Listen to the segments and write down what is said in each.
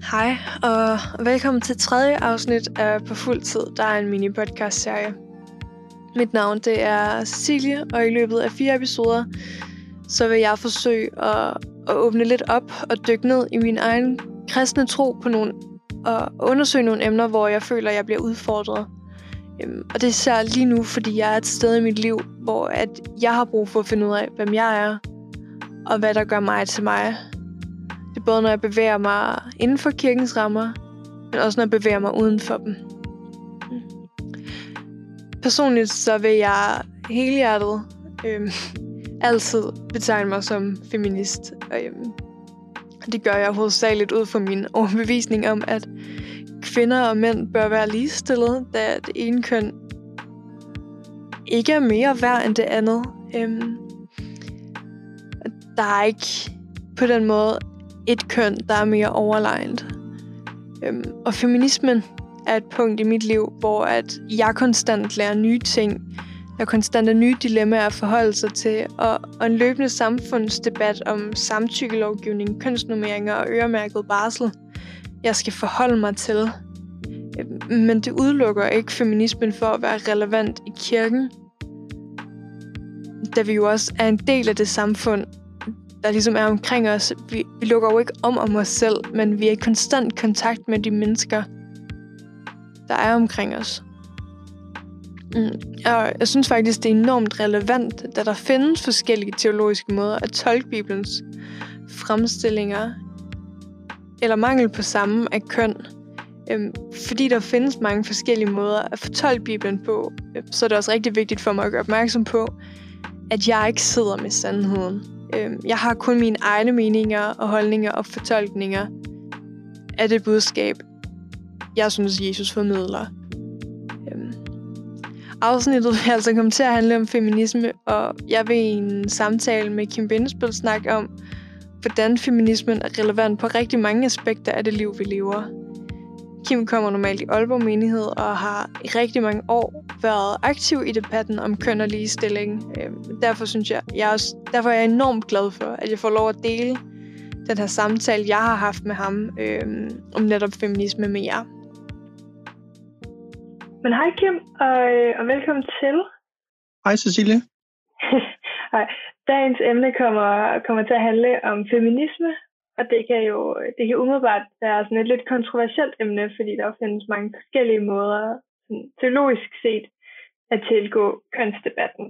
Hej, og velkommen til tredje afsnit af På Fuld Tid, der er en mini-podcast-serie. Mit navn det er Cecilie, og i løbet af 4 episoder, så vil jeg forsøge at åbne lidt op og dykke ned i min egen kristne tro på og undersøge nogle emner, hvor jeg føler, at jeg bliver udfordret. Og det er især lige nu, fordi jeg er et sted i mit liv, hvor at jeg har brug for at finde ud af, hvem jeg er, og hvad der gør mig til mig. Det er både, når jeg bevæger mig inden for kirkens rammer, men også når jeg bevæger mig uden for dem. Personligt så vil jeg helhjertet altid betegne mig som feminist. Og det gør jeg hovedsageligt ud fra min overbevisning om, at kvinder og mænd bør være ligestillede, da det ene køn ikke er mere værd end det andet. Der er ikke på den måde et køn, der er mere overlegent. Og feminismen er et punkt i mit liv, hvor at jeg konstant lærer nye ting. Der er konstant nye dilemmaer at forholde sig til, og en løbende samfundsdebat om samtykkelovgivning, kønsnormeringer og øremærket barsel, jeg skal forholde mig til. Men det udelukker ikke feminismen for at være relevant i kirken, da vi jo også er en del af det samfund, der ligesom er omkring os. Vi lukker jo ikke om os selv, men vi er i konstant kontakt med de mennesker, der er omkring os. Og jeg synes faktisk, det er enormt relevant, da der findes forskellige teologiske måder at tolke Bibelens fremstillinger, eller mangel på samme af køn. Fordi der findes mange forskellige måder at fortolke Bibelen på, så er det også rigtig vigtigt for mig at gøre opmærksom på, at jeg ikke sidder med sandheden. Jeg har kun mine egne meninger og holdninger og fortolkninger af det budskab, jeg synes, Jesus formidler. Afsnittet vil altså komme til at handle om feminisme, og jeg vil i en samtale med Kim Bindesbøl snakke om, hvordan feminismen er relevant på rigtig mange aspekter af det liv, vi lever. Kim kommer normalt i Aalborg Menighed og har i rigtig mange år været aktiv i debatten om køn og ligestilling. Derfor er jeg enormt glad for, at jeg får lov at dele den her samtale, jeg har haft med ham om netop feminisme med jer. Men hej Kim, og velkommen til. Hej Cecilie. Hej. Dagens emne kommer til at handle om feminisme, og det kan umiddelbart være sådan et lidt kontroversielt emne, fordi der findes mange forskellige måder, teologisk set, at tilgå kønsdebatten,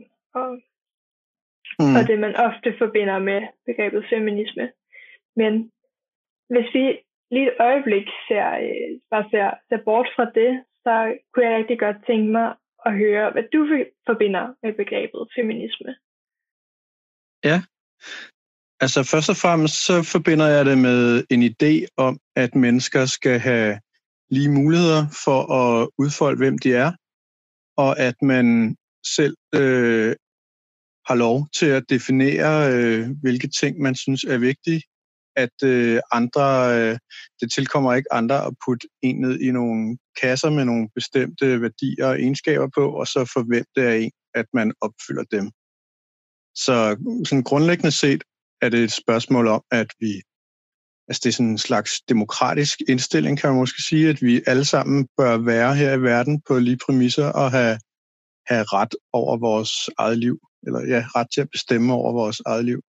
og det man ofte forbinder med begrebet feminisme. Men hvis vi lige et øjeblik ser bort fra det, så kunne jeg rigtig godt tænke mig at høre, hvad du forbinder med begrebet feminisme. Ja, altså først og fremmest så forbinder jeg det med en idé om, at mennesker skal have lige muligheder for at udfolde, hvem de er, og at man selv har lov til at definere, hvilke ting man synes er vigtige. At det tilkommer ikke andre at putte en ned i nogle kasser med nogle bestemte værdier og egenskaber på, og så forvente af en, at man opfylder dem. Så sådan grundlæggende set er det et spørgsmål om, at det er sådan en slags demokratisk indstilling, kan man måske sige, at vi alle sammen bør være her i verden på lige præmisser og have ret over vores eget liv, eller ret til at bestemme over vores eget liv.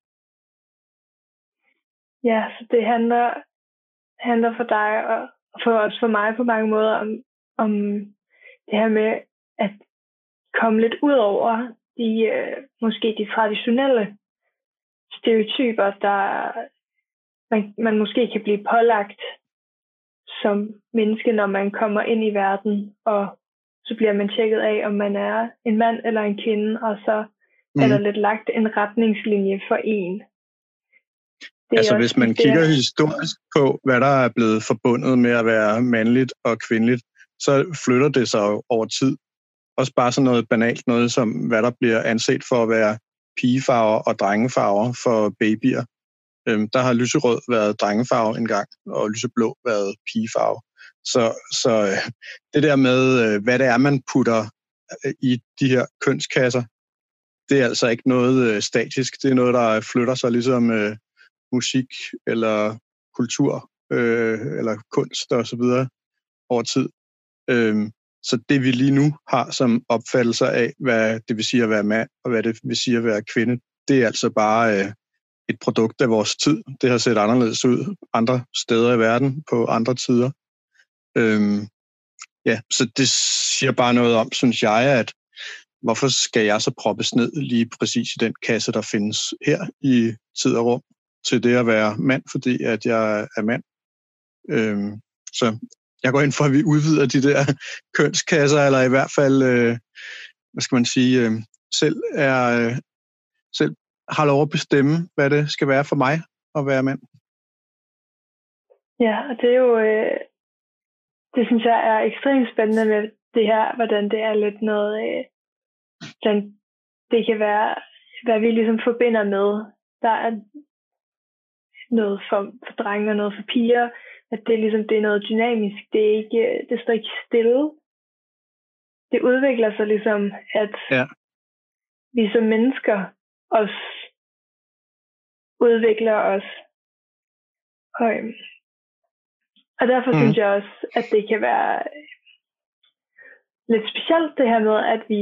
Ja, så det handler for dig og for mig på mange måder om det her med at komme lidt ud over måske de traditionelle stereotyper, der man måske kan blive pålagt som menneske, når man kommer ind i verden, og så bliver man tjekket af, om man er en mand eller en kvinde, og så er der lidt lagt en retningslinje for en. Hvis man kigger historisk på, hvad der er blevet forbundet med at være mandligt og kvindeligt, så flytter det sig over tid. Også bare sådan noget banalt, noget som hvad der bliver anset for at være pigefarver og drengefarver for babyer. Der har lyserød været drengefarve engang, og lyseblå været pigefarve. Så det der med, hvad det er, man putter i de her kønskasser, det er altså ikke noget statisk. Det er noget, der flytter sig ligesom musik eller kultur eller kunst og så videre over tid. Så det vi lige nu har som opfattelser af, hvad det vil sige at være mand, og hvad det vil sige at være kvinde, det er altså bare et produkt af vores tid. Det har set anderledes ud andre steder i verden på andre tider. Så det siger bare noget om, synes jeg, at hvorfor skal jeg så proppes ned lige præcis i den kasse, der findes her i tid og rum, til det at være mand, fordi at jeg er mand. Så jeg går ind for, at vi udvider de der kønskasser, eller i hvert fald, hvad skal man sige, selv har lov at bestemme, hvad det skal være for mig at være mand. Ja, og det er jo, det synes jeg er ekstremt spændende med det her, hvordan det er lidt noget, det kan være, hvad vi ligesom forbinder med. Der er noget for drenge og noget for piger, at det er ligesom, det er noget dynamisk, det står ikke stille. Det udvikler sig ligesom, at vi som mennesker også udvikler os. Og derfor synes jeg også, at det kan være lidt specielt det her med, at vi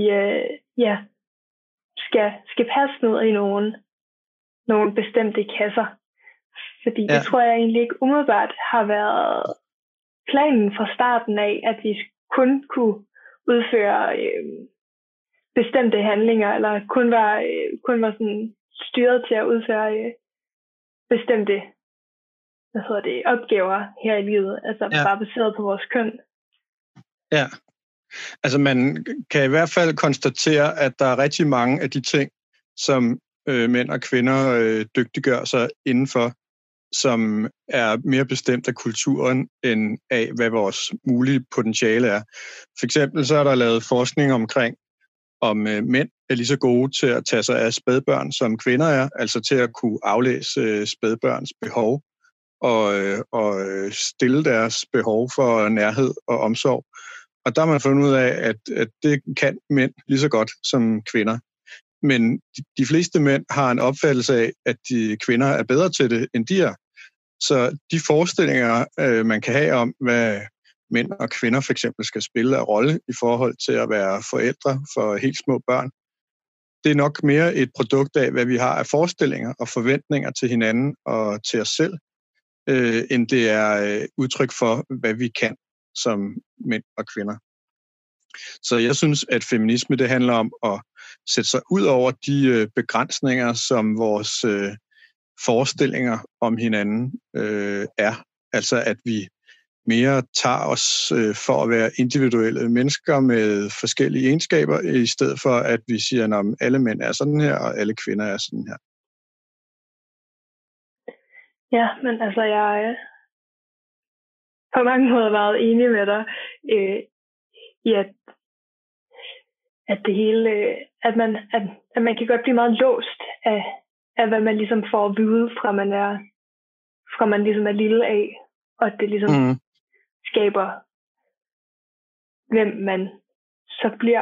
skal passe ned i nogle bestemte kasser. Fordi det tror jeg egentlig ikke umiddelbart har været planen fra starten af, at vi kun kunne udføre bestemte handlinger, eller kun var sådan styret til at udføre bestemte opgaver her i livet, altså bare baseret på vores køn. Ja, altså man kan i hvert fald konstatere, at der er rigtig mange af de ting, som mænd og kvinder dygtiggør sig indenfor, som er mere bestemt af kulturen end af, hvad vores mulige potentiale er. For eksempel så er der lavet forskning omkring, om mænd er lige så gode til at tage sig af spædbørn, som kvinder er, altså til at kunne aflæse spædbørns behov og stille deres behov for nærhed og omsorg. Og der har man fundet ud af, at det kan mænd lige så godt som kvinder. Men de fleste mænd har en opfattelse af, at de kvinder er bedre til det, end de er. Så de forestillinger, man kan have om, hvad mænd og kvinder for eksempel skal spille af rolle i forhold til at være forældre for helt små børn, det er nok mere et produkt af, hvad vi har af forestillinger og forventninger til hinanden og til os selv, end det er udtryk for, hvad vi kan som mænd og kvinder. Så jeg synes, at feminisme det handler om at sætte sig ud over de begrænsninger, som vores forestillinger om hinanden er. Altså at vi mere tager os for at være individuelle mennesker med forskellige egenskaber, i stedet for at vi siger, at alle mænd er sådan her, og alle kvinder er sådan her. Ja, men altså jeg er på mange måder meget enig med dig i, at det hele, at man kan godt blive meget låst af hvad man ligesom får at vide, fra man ligesom er lille af, og at det ligesom skaber, hvem man så bliver.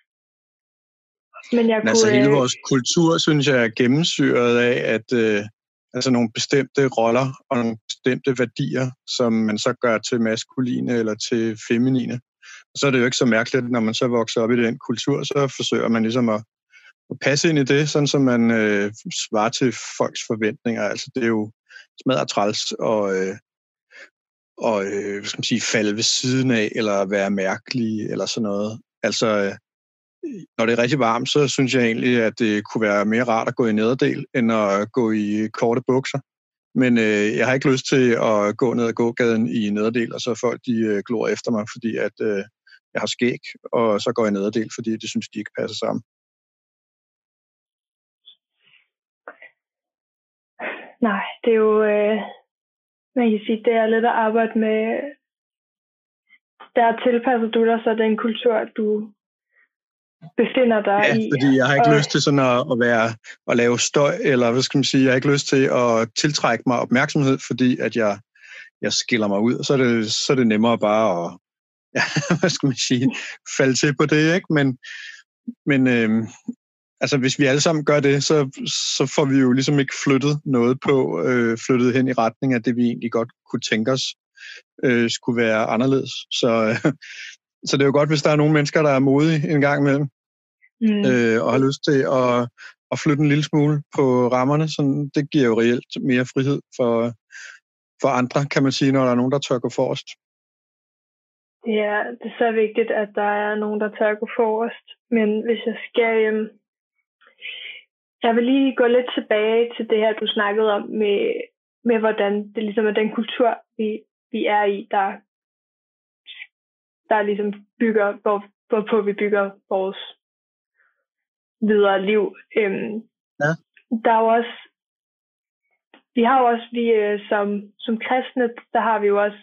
Men hele vores kultur, synes jeg, er gennemsyret af, at altså nogle bestemte roller og nogle bestemte værdier, som man så gør til maskuline eller til feminine. Og så er det jo ikke så mærkeligt, når man så vokser op i den kultur, så forsøger man ligesom at passe ind i det, sådan som man svarer til folks forventninger. Altså det er jo smadret træls og hvad skal man sige, falde ved siden af, eller være mærkelig, eller sådan noget. Altså, når det er rigtig varmt, så synes jeg egentlig, at det kunne være mere rart at gå i nederdel, end at gå i korte bukser. Men jeg har ikke lyst til at gå ned ad gågaden i nederdel, og så folk de glor efter mig, fordi at jeg har skæg, og så går jeg nederdel, fordi det synes de ikke passer sammen. Nej, det er jo, man kan sige, det er lidt at arbejde med, der tilpasser du dig så den kultur, du befinder dig i. Ja, fordi jeg har ikke lyst til sådan at lave støj, eller hvad skal man sige, jeg har ikke lyst til at tiltrække mig opmærksomhed, fordi at jeg skiller mig ud, og så er det nemmere bare at, hvad skal man sige, falde til på det, ikke? Men altså hvis vi alle sammen gør det, så får vi jo ligesom ikke flyttet noget på, flyttet hen i retning af det, vi egentlig godt kunne tænke os skulle være anderledes. Så det er jo godt, hvis der er nogle mennesker, der er modige en gang imellem, og har lyst til at flytte en lille smule på rammerne. Sådan, det giver jo reelt mere frihed for andre, kan man sige, når der er nogen, der tør gå forrest. Ja, det er så vigtigt, at der er nogen, der tør gå forrest. Men hvis jeg skal... Jeg vil lige gå lidt tilbage til det her, du snakkede om, med hvordan det ligesom er den kultur, vi er i, der ligesom bygger, hvorpå vi bygger vores videre liv. Ja. Der er jo også... Vi har jo også, som kristne, der har vi jo også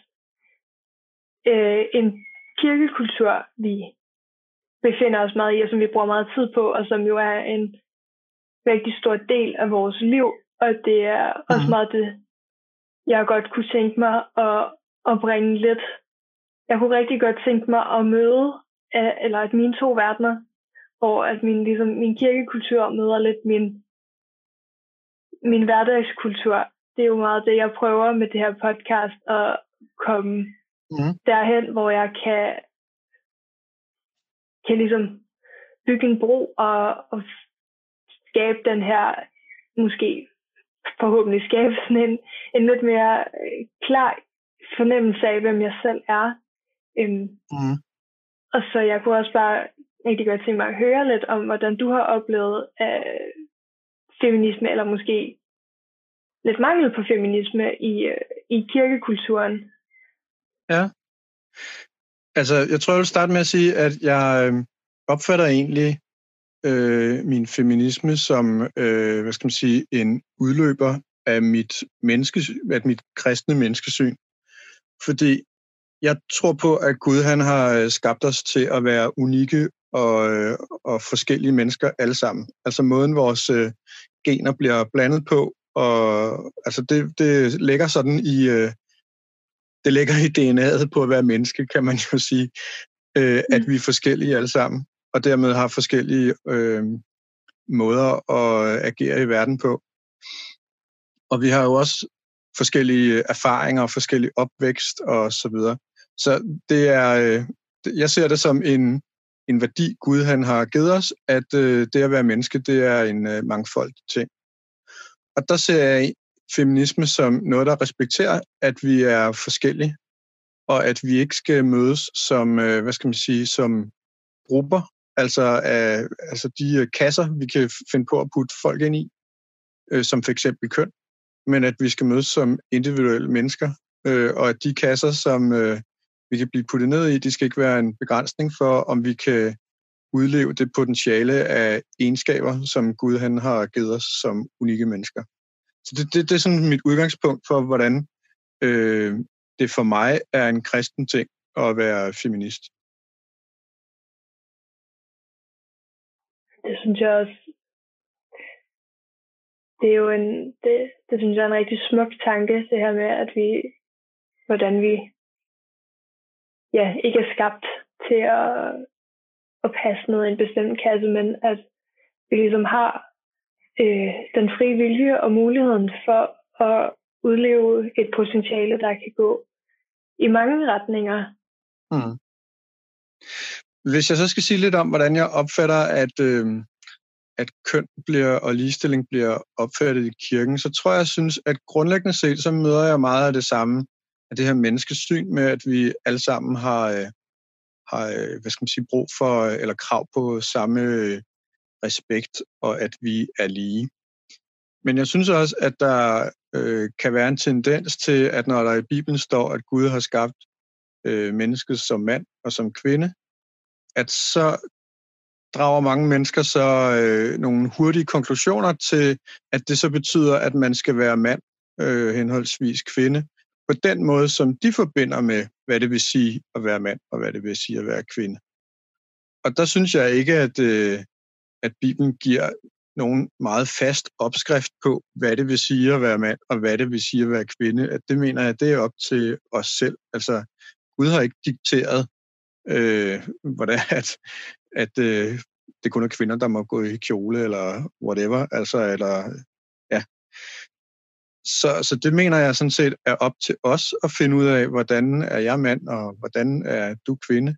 en kirkekultur, vi befinder os meget i, og som vi bruger meget tid på, og som jo er en rigtig stor del af vores liv. Og det er også meget det, jeg godt kunne tænke mig at bringe lidt. Jeg kunne rigtig godt tænke mig at møde, eller at mine to verdener, hvor at min kirkekultur møder lidt min hverdagskultur. Det er jo meget det, jeg prøver med det her podcast, at komme derhen, hvor jeg kan ligesom bygge en bro og skabe den her, måske forhåbentlig skabe sådan en lidt mere klar fornemmelse af, hvem jeg selv er. Og så jeg kunne også bare rigtig godt tænke mig at høre lidt om, hvordan du har oplevet feminisme, eller måske lidt mangel på feminisme i kirkekulturen. Ja. Altså, jeg tror, jeg vil starte med at sige, at jeg opfatter egentlig min feminisme som, hvad skal man sige, en udløber af mit kristne menneskesyn. Fordi jeg tror på, at Gud han har skabt os til at være unikke og forskellige mennesker alle sammen. Altså måden vores gener bliver blandet på, og altså det ligger sådan det ligger i DNA'et på at være menneske, kan man jo sige, at vi er forskellige alle sammen, og dermed har forskellige måder at agere i verden på. Og vi har jo også forskellige erfaringer og forskellig opvækst og så videre. Så det er, jeg ser det som en værdi, Gud han har givet os, at det at være menneske, det er en mangfoldig ting. Og der ser jeg feminisme som noget, der respekterer, at vi er forskellige, og at vi ikke skal mødes som, hvad skal man sige, som grupper, altså de kasser, vi kan finde på at putte folk ind i, som for eksempel køn, men at vi skal mødes som individuelle mennesker, og at de kasser, som vi kan blive puttet ned i, de skal ikke være en begrænsning for, om vi kan udleve det potentiale af egenskaber, som Gud han har givet os som unikke mennesker. Så det er sådan mit udgangspunkt for, hvordan det for mig er en kristen ting at være feminist. Det synes jeg også. Det er jo det synes jeg er en rigtig smuk tanke, det her med, at hvordan vi ikke er skabt til at passe ned i en bestemt kasse, men at vi ligesom har den frie vilje og muligheden for at udleve et potentiale, der kan gå i mange retninger. Hvis jeg så skal sige lidt om, hvordan jeg opfatter, at køn og ligestilling bliver opfattet i kirken, så tror jeg synes, at grundlæggende set, så møder jeg meget af det samme, af det her menneskesyn med, at vi alle sammen har hvad skal man sige, brug for eller krav på samme respekt, og at vi er lige. Men jeg synes også, at der kan være en tendens til, at når der i Bibelen står, at Gud har skabt mennesket som mand og som kvinde, at så drager mange mennesker så nogle hurtige konklusioner til, at det så betyder, at man skal være mand, henholdsvis kvinde, på den måde, som de forbinder med, hvad det vil sige at være mand, og hvad det vil sige at være kvinde. Og der synes jeg ikke, at Bibelen giver nogen meget fast opskrift på, hvad det vil sige at være mand, og hvad det vil sige at være kvinde. At det mener jeg, det er op til os selv. Altså, Gud har ikke dikteret, hvordan at det kun er kvinder, der må gå i kjole, eller whatever, altså, eller, ja. Så det mener jeg sådan set er op til os at finde ud af, hvordan er jeg mand, og hvordan er du kvinde.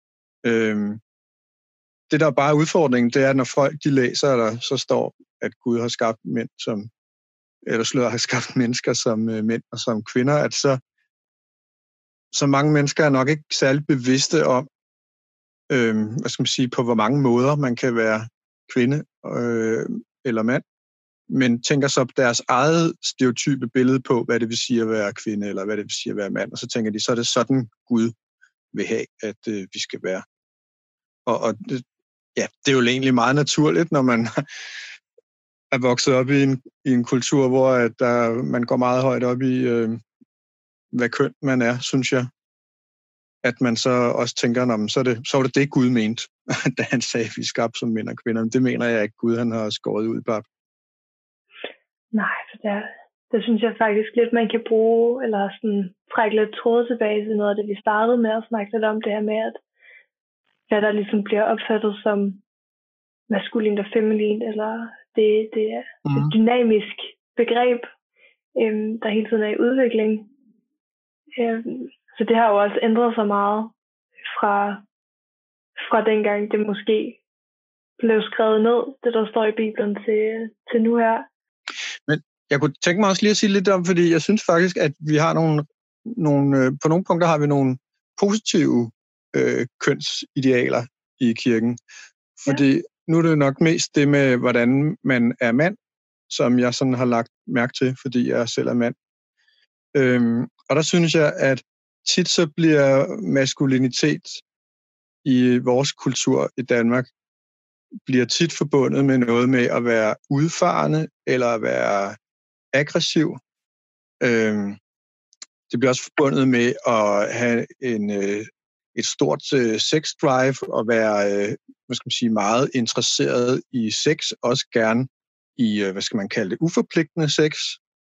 Det, der er bare udfordringen, det er, at når folk de læser, der så står, at Gud har skabt mænd som, eller slået har skabt mennesker som mænd og som kvinder, at så mange mennesker er nok ikke særlig bevidste om, hvad skal man sige, på hvor mange måder man kan være kvinde eller mand, men tænker så på deres eget stereotype billede på, hvad det vil sige at være kvinde, eller hvad det vil sige at være mand, og så tænker de, så er det sådan Gud vil have, at vi skal være. Og det, ja, det er jo egentlig meget naturligt, når man er vokset op i en kultur, hvor man går meget højt op i, hvad køn man er, synes jeg. At man så også tænker, så var det Gud mente, da han sagde, at vi er skabt som mænd og kvinder. Men det mener jeg ikke, Gud han har skåret ud i pap. Nej, for det synes jeg faktisk lidt, man kan bruge, eller sådan trække lidt tråd tilbage til noget af det, vi startede med at snakke lidt om det her med, at hvad der ligesom bliver opfattet som maskulint og feminint, eller det er et dynamisk begreb, der hele tiden er i udvikling. Så det har jo også ændret sig meget fra dengang det måske blev skrevet ned, det der står i Bibelen til nu her. Men jeg kunne tænke mig også lige at sige lidt om, fordi jeg synes faktisk, at vi har på nogle punkter har vi nogle positive kønsidealer i kirken. Fordi nu er det nok mest det med, hvordan man er mand, som jeg sådan har lagt mærke til, fordi jeg selv er mand. Og der synes jeg, at tit så bliver maskulinitet i vores kultur i Danmark bliver tit forbundet med noget med at være udfarende eller at være aggressiv. Det bliver også forbundet med at have et stort sex-drive og være hvad skal man sige, meget interesseret i sex, også gerne i, hvad skal man kalde det, uforpligtende sex.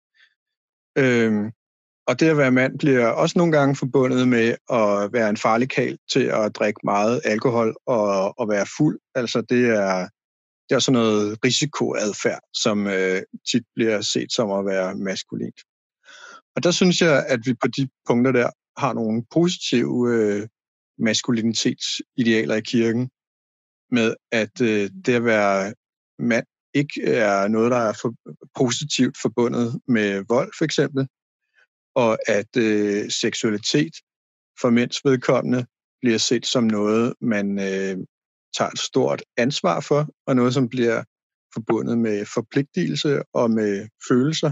Og det at være mand bliver også nogle gange forbundet med at være en farlig karl til at drikke meget alkohol og være fuld. Altså det er sådan noget risikoadfærd, som tit bliver set som at være maskulint. Og der synes jeg, at vi på de punkter der har nogle positive maskulinitetsidealer i kirken, med at det at være mand ikke er noget, der er positivt forbundet med vold, for eksempel, og at seksualitet for mænds vedkommende bliver set som noget, man tager et stort ansvar for, og noget, som bliver forbundet med forpligtelse og med følelser.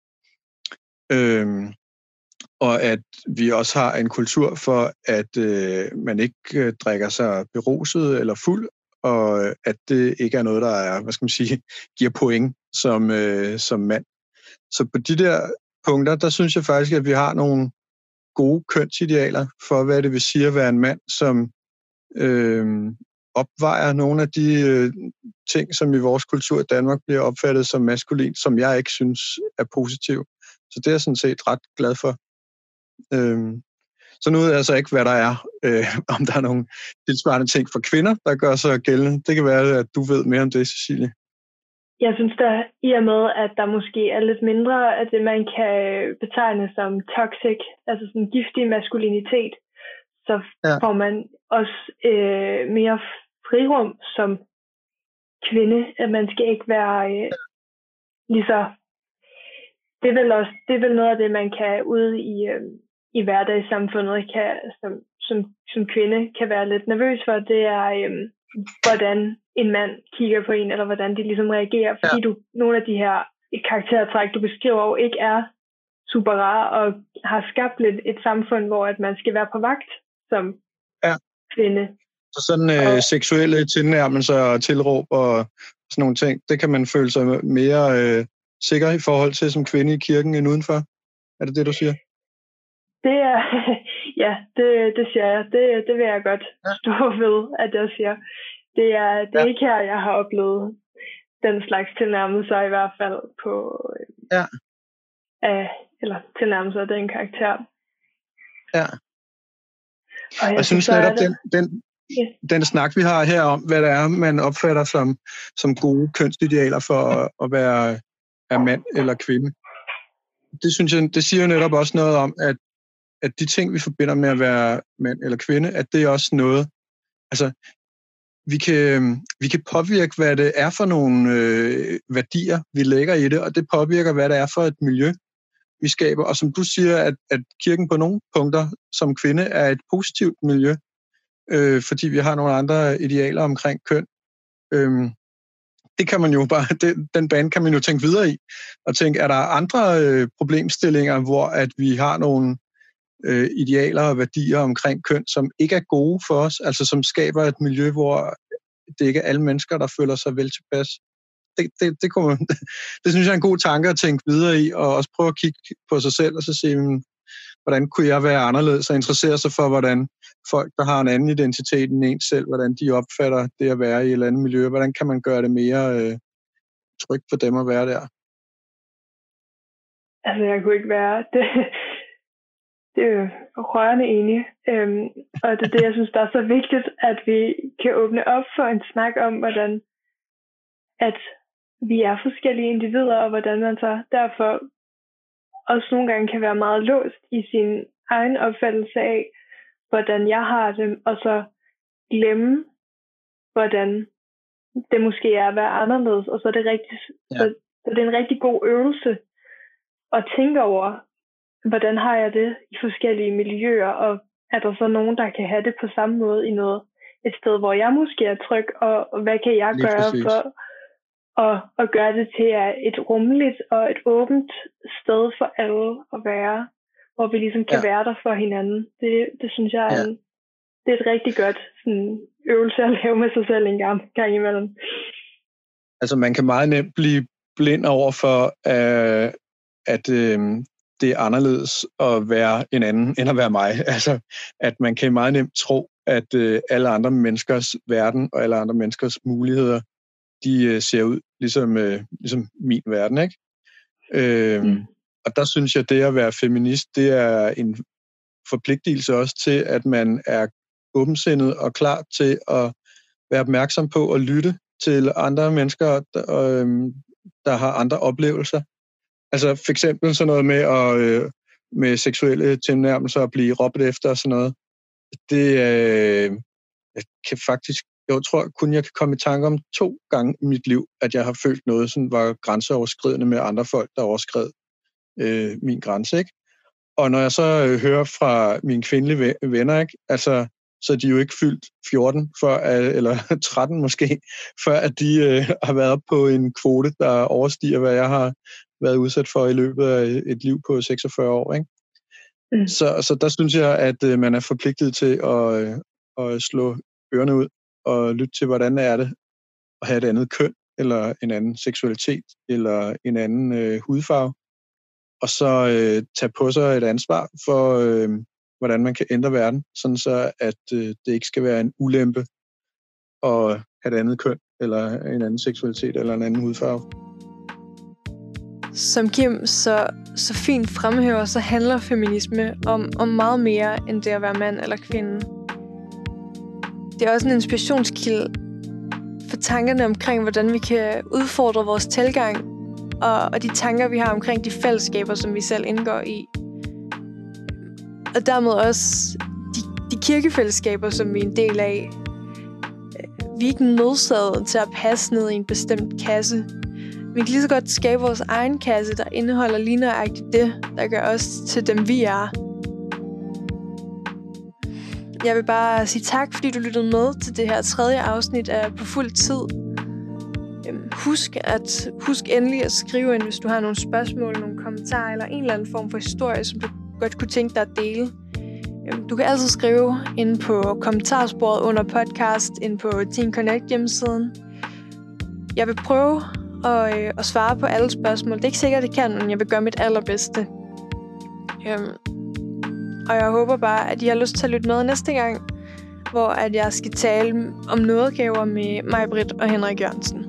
Og at vi også har en kultur for, at man ikke drikker sig beruset eller fuld, og at det ikke er noget, der er, hvad skal man sige, giver point som mand. Så på de der punkter, der synes jeg faktisk, at vi har nogle gode kønsidealer for, hvad det vil sige at være en mand, som opvejer nogle af de ting, som i vores kultur i Danmark bliver opfattet som maskulin, som jeg ikke synes er positiv. Så det er jeg sådan set ret glad for. Så nu ved jeg altså ikke, hvad der er, om der er nogle tilsvarende ting for kvinder, der gør sig gældende. Det kan være, at du ved mere om det, Cecilie. Jeg synes da, i og med, at der måske er lidt mindre af det, man kan betegne som toxic, altså sådan giftig maskulinitet, så får man også mere frirum som kvinde, at man skal ikke være lige så... Det er vel noget af det, man kan ude i hverdagssamfundet som kvinde kan være lidt nervøs for. Det er, hvordan en mand kigger på en, eller hvordan de ligesom reagerer. Fordi nogle af de her karaktertræk, du beskriver, jo ikke er super rare, og har skabt lidt et samfund, hvor at man skal være på vagt som kvinde. Så sådan seksuelle tilnærmelser og tilråb og sådan nogle ting, det kan man føle sig mere sikker i forhold til som kvinde i kirken end udenfor? Er det det, du siger? Det er, det siger jeg. Det vil jeg godt stå ved, at jeg siger. Det er ikke her, jeg har oplevet den slags tilnærmelser, i hvert fald på eller tilnærmelser af den karakter. Ja. Og jeg synes netop, den snak, vi har her om, hvad det er, man opfatter som gode kønsidealer for at være mand eller kvinde. Det synes jeg, det siger jo netop også noget om, at de ting, vi forbinder med at være mand eller kvinde, at det er også noget, altså, vi kan påvirke, hvad det er for nogle værdier, vi lægger i det, og det påvirker, hvad det er for et miljø, vi skaber. Og som du siger, at kirken på nogle punkter som kvinde er et positivt miljø, fordi vi har nogle andre idealer omkring køn. Det kan man jo bare, den bane kan man jo tænke videre i, og tænke, er der andre problemstillinger, hvor at vi har nogle idealer og værdier omkring køn, som ikke er gode for os, altså som skaber et miljø, hvor det ikke er alle mennesker, der føler sig vel tilpas. Det synes jeg er en god tanke at tænke videre i, og også prøve at kigge på sig selv, og så se, hvordan kunne jeg være anderledes, og interessere sig for, hvordan folk, der har en anden identitet end en selv, hvordan de opfatter det at være i et eller andet miljø, hvordan kan man gøre det mere trygt for dem at være der? Altså, jeg kunne ikke være det er jo rørende enig. Og det er det, jeg synes, der er så vigtigt, at vi kan åbne op for en snak om, hvordan at vi er forskellige individer, og hvordan man så derfor også nogle gange kan være meget låst i sin egen opfattelse af, hvordan jeg har det, og så glemme, hvordan det måske er at være anderledes. Og så er det rigtig, så det er en rigtig god øvelse at tænke over, hvordan har jeg det i forskellige miljøer, og er der så nogen, der kan have det på samme måde i et sted, hvor jeg måske er tryg, og hvad kan jeg gøre for at gøre det til et rummeligt og et åbent sted for alle at være, hvor vi ligesom kan være der for hinanden. Det synes jeg det er et rigtig godt sådan, øvelse at lave med sig selv en gang imellem. Altså man kan meget nemt blive blind over for, at det er anderledes at være en anden, end at være mig. Altså, at man kan meget nemt tro, at alle andre menneskers verden og alle andre menneskers muligheder, de ser ud ligesom min verden, ikke? Og der synes jeg, det at være feminist, det er en forpligtelse også til, at man er åbensindet og klar til at være opmærksom på at lytte til andre mennesker, der har andre oplevelser. Altså for eksempel sådan noget med seksuelle tilnærmelser og blive råbt efter og sådan noget. Det kan faktisk, jeg tror kun jeg kan komme i tanke om 2 gange i mit liv, at jeg har følt noget, som var grænseoverskridende med andre folk, der overskred min grænse, ikke? Og når jeg så hører fra mine kvindelige venner, ikke? Altså, så er de jo ikke fyldt 14, eller 13 måske, før at de har været op på en kvote, der overstiger, hvad jeg har været udsat for i løbet af et liv på 46 år. Ikke? Så der synes jeg, at man er forpligtet til at slå ørerne ud og lytte til, hvordan er det at have et andet køn, eller en anden seksualitet, eller en anden hudfarve, og så tage på sig et ansvar for, hvordan man kan ændre verden, sådan så at det ikke skal være en ulempe at have et andet køn, eller en anden seksualitet, eller en anden hudfarve. Som Kim så fint fremhæver, så handler feminisme om meget mere end det at være mand eller kvinde. Det er også en inspirationskilde for tankerne omkring, hvordan vi kan udfordre vores tilgang, og de tanker, vi har omkring de fællesskaber, som vi selv indgår i. Og dermed også de kirkefællesskaber, som vi er en del af. Vi er ikke nødsaget til at passe ned i en bestemt kasse. Vi kan lige så godt skabe vores egen kasse, der indeholder lige nøjagtigt det, der gør os til dem, vi er. Jeg vil bare sige tak, fordi du lyttede med til det her 3. afsnit af På Fuld Tid. Husk endelig at skrive ind, hvis du har nogle spørgsmål, nogle kommentarer eller en eller anden form for historie, som du godt kunne tænke dig at dele. Du kan altid skrive ind på kommentarsporet under podcast, ind på Teen Connect hjemmesiden. Jeg vil prøve at svare på alle spørgsmål. Det er ikke sikkert, det kan, men jeg vil gøre mit allerbedste. Og jeg håber bare, at I har lyst til at lytte med næste gang, hvor at jeg skal tale om nådegaver med Maj-Britt og Henrik Jørgensen.